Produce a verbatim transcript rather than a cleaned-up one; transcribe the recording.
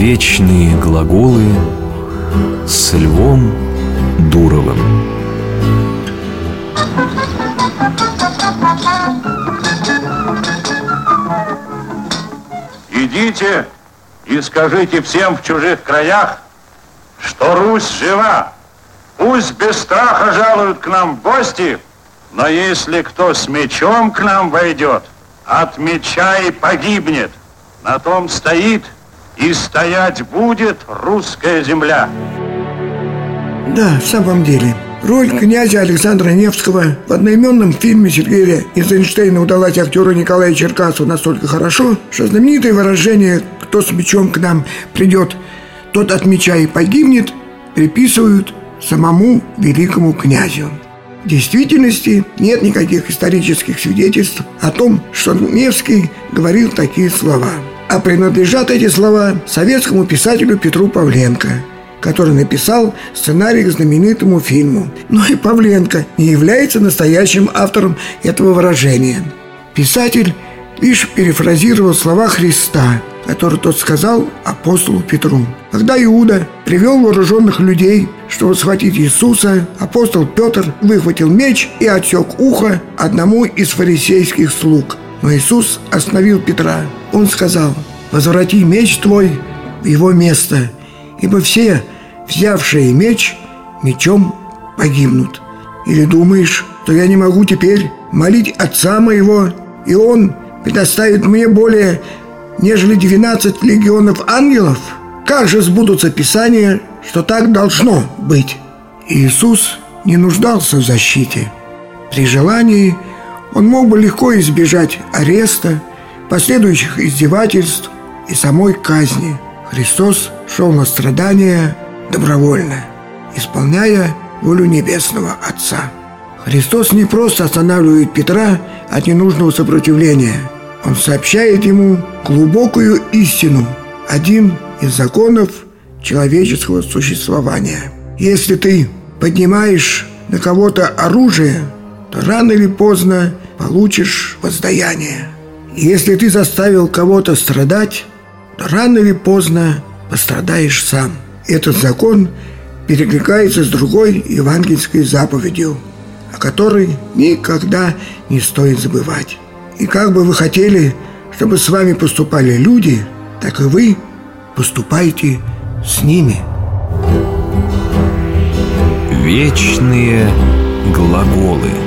Вечные глаголы с Львом Дуровым. Идите и скажите всем в чужих краях, что Русь жива. Пусть без страха жалуют к нам в гости, но если кто с мечом к нам войдет, от меча и погибнет. На том стоит и стоять будет русская земля. Да, в самом деле, роль князя Александра Невского в одноименном фильме Сергея Эйзенштейна удалась актеру Николаю Черкасову настолько хорошо, что знаменитое выражение «кто с мечом к нам придет, тот от меча и погибнет» приписывают самому великому князю. В действительности нет никаких исторических свидетельств о том, что Невский говорил такие слова. А принадлежат эти слова советскому писателю Петру Павленко, который написал сценарий к знаменитому фильму. Но и Павленко не является настоящим автором этого выражения. Писатель лишь перефразировал слова Христа, которые тот сказал апостолу Петру. Когда Иуда привел вооруженных людей, чтобы схватить Иисуса, апостол Петр выхватил меч и отсек ухо одному из фарисейских слуг. Но Иисус остановил Петра. Он сказал: «Возврати меч твой в его место, ибо все, взявшие меч, мечом погибнут. Или думаешь, что я не могу теперь молить Отца моего, и Он предоставит мне более нежели двенадцать легионов ангелов? Как же сбудутся Писания, что так должно быть?» Иисус не нуждался в защите. При желании он мог бы легко избежать ареста, последующих издевательств и самой казни. Христос шел на страдания добровольно, исполняя волю Небесного Отца. Христос не просто останавливает Петра от ненужного сопротивления. Он сообщает ему глубокую истину, один из законов человеческого существования. Если ты поднимаешь на кого-то оружие, то рано или поздно получишь воздаяние. Если ты заставил кого-то страдать, то рано или поздно пострадаешь сам. Этот закон перекликается с другой евангельской заповедью, о которой никогда не стоит забывать. И как бы вы хотели, чтобы с вами поступали люди, так и вы поступайте с ними. Вечные глаголы.